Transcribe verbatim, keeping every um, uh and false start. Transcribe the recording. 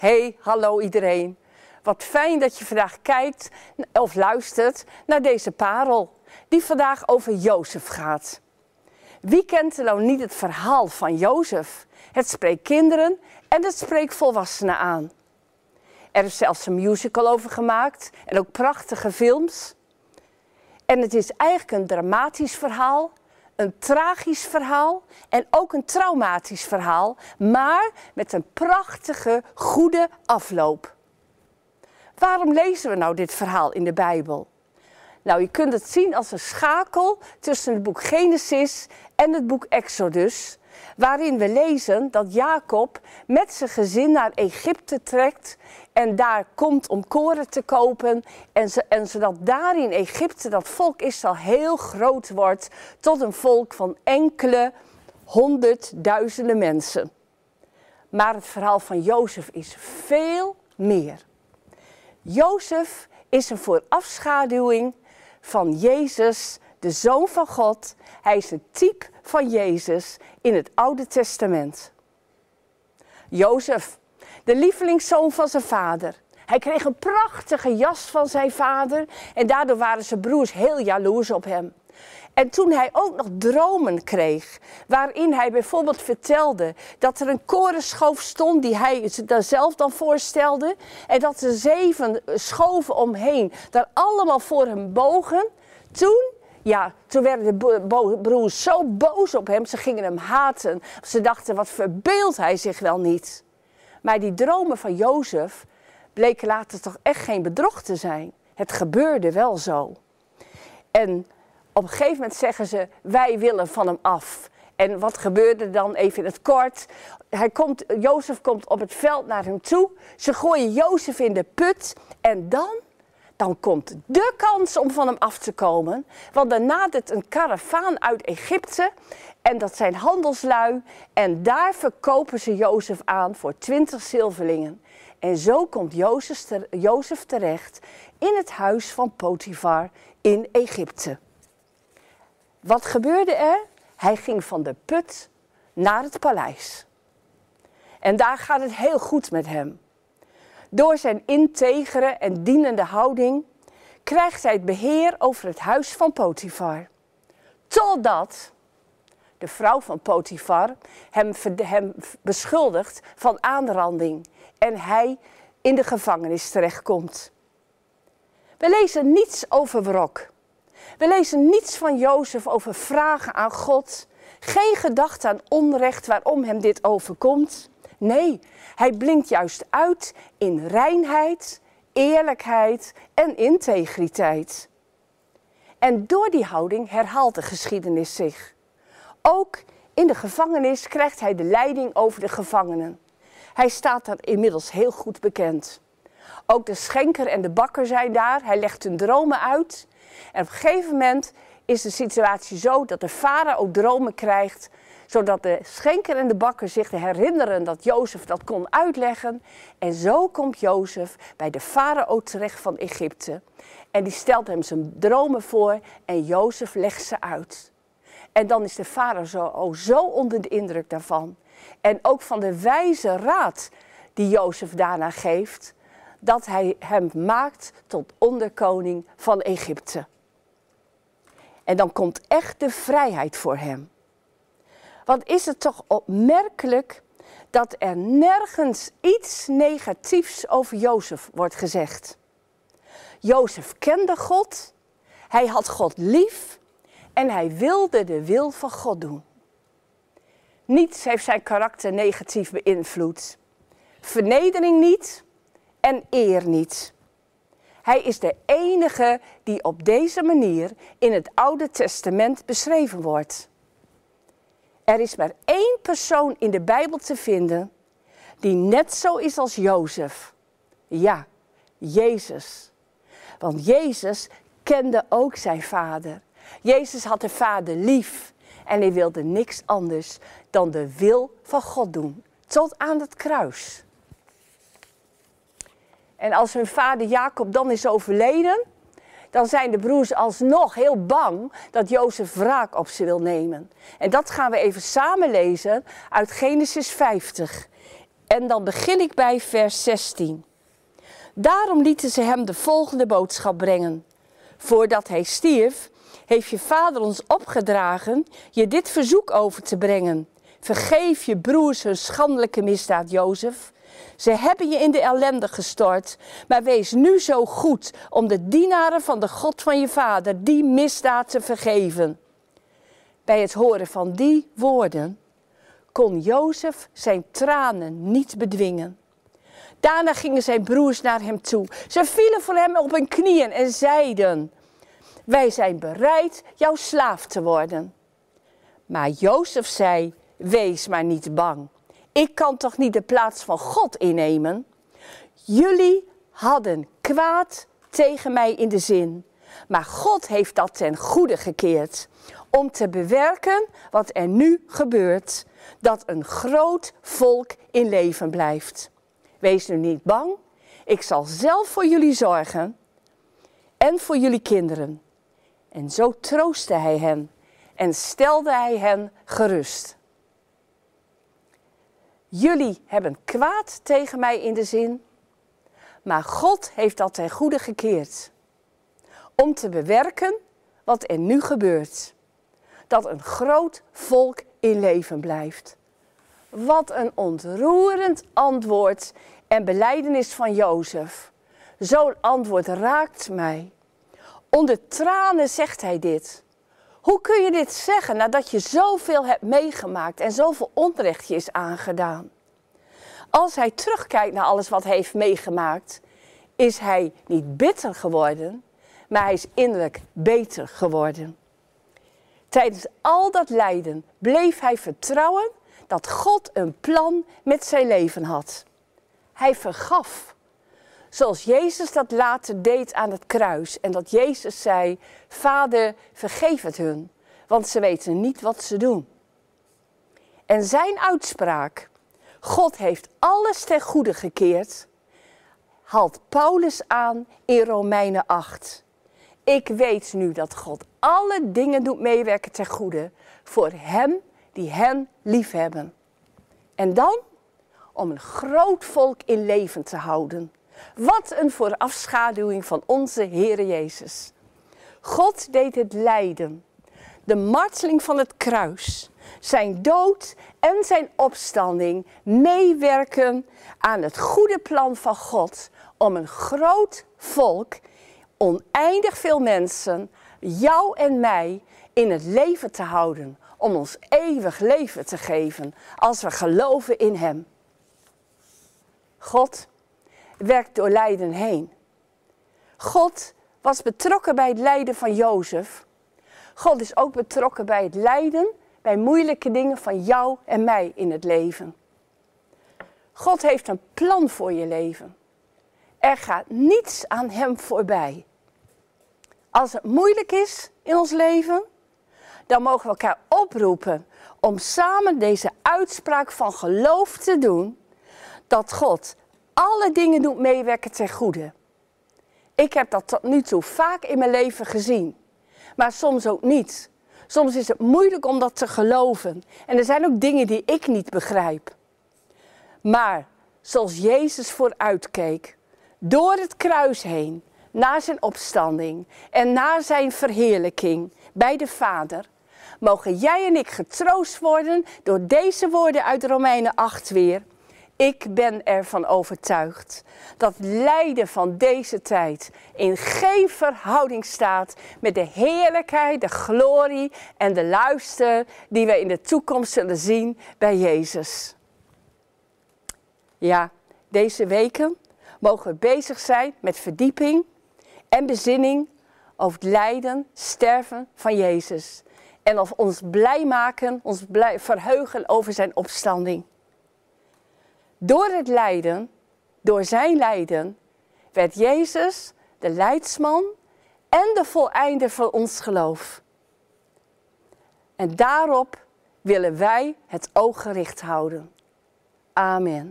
Hey, hallo iedereen. Wat fijn dat je vandaag kijkt of luistert naar deze parel die vandaag over Jozef gaat. Wie kent er nou niet het verhaal van Jozef? Het spreekt kinderen en het spreekt volwassenen aan. Er is zelfs een musical over gemaakt en ook prachtige films. En het is eigenlijk een dramatisch verhaal, een tragisch verhaal en ook een traumatisch verhaal, maar met een prachtige, goede afloop. Waarom lezen we nou dit verhaal in de Bijbel? Nou, je kunt het zien als een schakel tussen het boek Genesis en het boek Exodus, waarin we lezen dat Jacob met zijn gezin naar Egypte trekt en daar komt om koren te kopen en, ze, en zodat daar in Egypte dat volk Israël heel groot wordt tot een volk van enkele honderdduizenden mensen. Maar het verhaal van Jozef is veel meer. Jozef is een voorafschaduwing van Jezus, de Zoon van God. Hij is een type van Jezus in het Oude Testament. Jozef, de lievelingszoon van zijn vader. Hij kreeg een prachtige jas van zijn vader en daardoor waren zijn broers heel jaloers op hem. En toen hij ook nog dromen kreeg, waarin hij bijvoorbeeld vertelde dat er een korenschoof stond die hij daar zelf dan voorstelde. En dat er zeven schoven omheen daar allemaal voor hem bogen. Toen, ja, toen werden de broers zo boos op hem, ze gingen hem haten. Ze dachten, wat verbeeldt hij zich wel niet. Maar die dromen van Jozef bleken later toch echt geen bedrog te zijn. Het gebeurde wel zo. En op een gegeven moment zeggen ze, wij willen van hem af. En wat gebeurde dan even in het kort? Hij komt, Jozef komt op het veld naar hem toe. Ze gooien Jozef in de put. En dan, dan komt de kans om van hem af te komen. Want dan nadert een karavaan uit Egypte. En dat zijn handelslui. En daar verkopen ze Jozef aan voor twintig zilverlingen. En zo komt Jozef terecht in het huis van Potifar in Egypte. Wat gebeurde er? Hij ging van de put naar het paleis. En daar gaat het heel goed met hem. Door zijn integere en dienende houding krijgt hij het beheer over het huis van Potifar. Totdat de vrouw van Potifar hem, hem beschuldigt van aanranding en hij in de gevangenis terechtkomt. We lezen niets over wrok. We lezen niets van Jozef over vragen aan God. Geen gedachte aan onrecht waarom hem dit overkomt. Nee, hij blinkt juist uit in reinheid, eerlijkheid en integriteit. En door die houding herhaalt de geschiedenis zich. Ook in de gevangenis krijgt hij de leiding over de gevangenen. Hij staat daar inmiddels heel goed bekend. Ook de schenker en de bakker zijn daar. Hij legt hun dromen uit. En op een gegeven moment is de situatie zo dat de farao dromen krijgt, zodat de schenker en de bakker zich herinneren dat Jozef dat kon uitleggen. En zo komt Jozef bij de farao terecht van Egypte. En die stelt hem zijn dromen voor en Jozef legt ze uit. En dan is de farao zo, oh, zo onder de indruk daarvan. En ook van de wijze raad die Jozef daarna geeft, dat hij hem maakt tot onderkoning van Egypte. En dan komt echt de vrijheid voor hem. Wat is het toch opmerkelijk dat er nergens iets negatiefs over Jozef wordt gezegd. Jozef kende God, hij had God lief en hij wilde de wil van God doen. Niets heeft zijn karakter negatief beïnvloed. Vernedering niet en eer niet. Hij is de enige die op deze manier in het Oude Testament beschreven wordt. Er is maar één persoon in de Bijbel te vinden die net zo is als Jozef. Ja, Jezus. Want Jezus kende ook zijn vader. Jezus had de vader lief en hij wilde niks anders dan de wil van God doen, tot aan het kruis. En als hun vader Jacob dan is overleden, dan zijn de broers alsnog heel bang dat Jozef wraak op ze wil nemen. En dat gaan we even samen lezen uit Genesis vijftig. En dan begin ik bij vers zestien. Daarom lieten ze hem de volgende boodschap brengen. Voordat hij stierf, heeft je vader ons opgedragen je dit verzoek over te brengen. Vergeef je broers hun schandelijke misdaad, Jozef. Ze hebben je in de ellende gestort, maar wees nu zo goed om de dienaren van de God van je vader die misdaad te vergeven. Bij het horen van die woorden kon Jozef zijn tranen niet bedwingen. Daarna gingen zijn broers naar hem toe. Ze vielen voor hem op hun knieën en zeiden: wij zijn bereid jouw slaaf te worden. Maar Jozef zei: wees maar niet bang. Ik kan toch niet de plaats van God innemen? Jullie hadden kwaad tegen mij in de zin, maar God heeft dat ten goede gekeerd. Om te bewerken wat er nu gebeurt, dat een groot volk in leven blijft. Wees nu niet bang, ik zal zelf voor jullie zorgen en voor jullie kinderen. En zo troostte hij hen en stelde hij hen gerust. Jullie hebben kwaad tegen mij in de zin, maar God heeft dat ten goede gekeerd. Om te bewerken wat er nu gebeurt, dat een groot volk in leven blijft. Wat een ontroerend antwoord en belijdenis van Jozef. Zo'n antwoord raakt mij. Onder tranen zegt hij dit. Hoe kun je dit zeggen nadat je zoveel hebt meegemaakt en zoveel onrecht je is aangedaan? Als hij terugkijkt naar alles wat hij heeft meegemaakt, is hij niet bitter geworden, maar hij is innerlijk beter geworden. Tijdens al dat lijden bleef hij vertrouwen dat God een plan met zijn leven had. Hij vergaf, zoals Jezus dat later deed aan het kruis. En dat Jezus zei: Vader, vergeef het hun, want ze weten niet wat ze doen. En zijn uitspraak, God heeft alles ten goede gekeerd, haalt Paulus aan in Romeinen acht. Ik weet nu dat God alle dingen doet meewerken ten goede voor hem die hen liefhebben. En dan om een groot volk in leven te houden. Wat een voorafschaduwing van onze Heere Jezus. God deed het lijden, de marteling van het kruis, zijn dood en zijn opstanding meewerken aan het goede plan van God om een groot volk, oneindig veel mensen, jou en mij, in het leven te houden. Om ons eeuwig leven te geven als we geloven in hem. God werkt door lijden heen. God was betrokken bij het lijden van Jozef. God is ook betrokken bij het lijden, bij moeilijke dingen van jou en mij in het leven. God heeft een plan voor je leven. Er gaat niets aan hem voorbij. Als het moeilijk is in ons leven, dan mogen we elkaar oproepen om samen deze uitspraak van geloof te doen, dat God alle dingen doet meewerken ten goede. Ik heb dat tot nu toe vaak in mijn leven gezien, maar soms ook niet. Soms is het moeilijk om dat te geloven en er zijn ook dingen die ik niet begrijp. Maar zoals Jezus vooruitkeek, door het kruis heen, naar zijn opstanding en naar zijn verheerlijking bij de Vader, mogen jij en ik getroost worden door deze woorden uit Romeinen acht weer. Ik ben ervan overtuigd dat het lijden van deze tijd in geen verhouding staat met de heerlijkheid, de glorie en de luister die we in de toekomst zullen zien bij Jezus. Ja, deze weken mogen we bezig zijn met verdieping en bezinning over het lijden, sterven van Jezus. En of ons blij maken, ons blij, verheugen over zijn opstanding. Door het lijden, door zijn lijden, werd Jezus de leidsman en de voleinder van ons geloof. En daarop willen wij het oog gericht houden. Amen.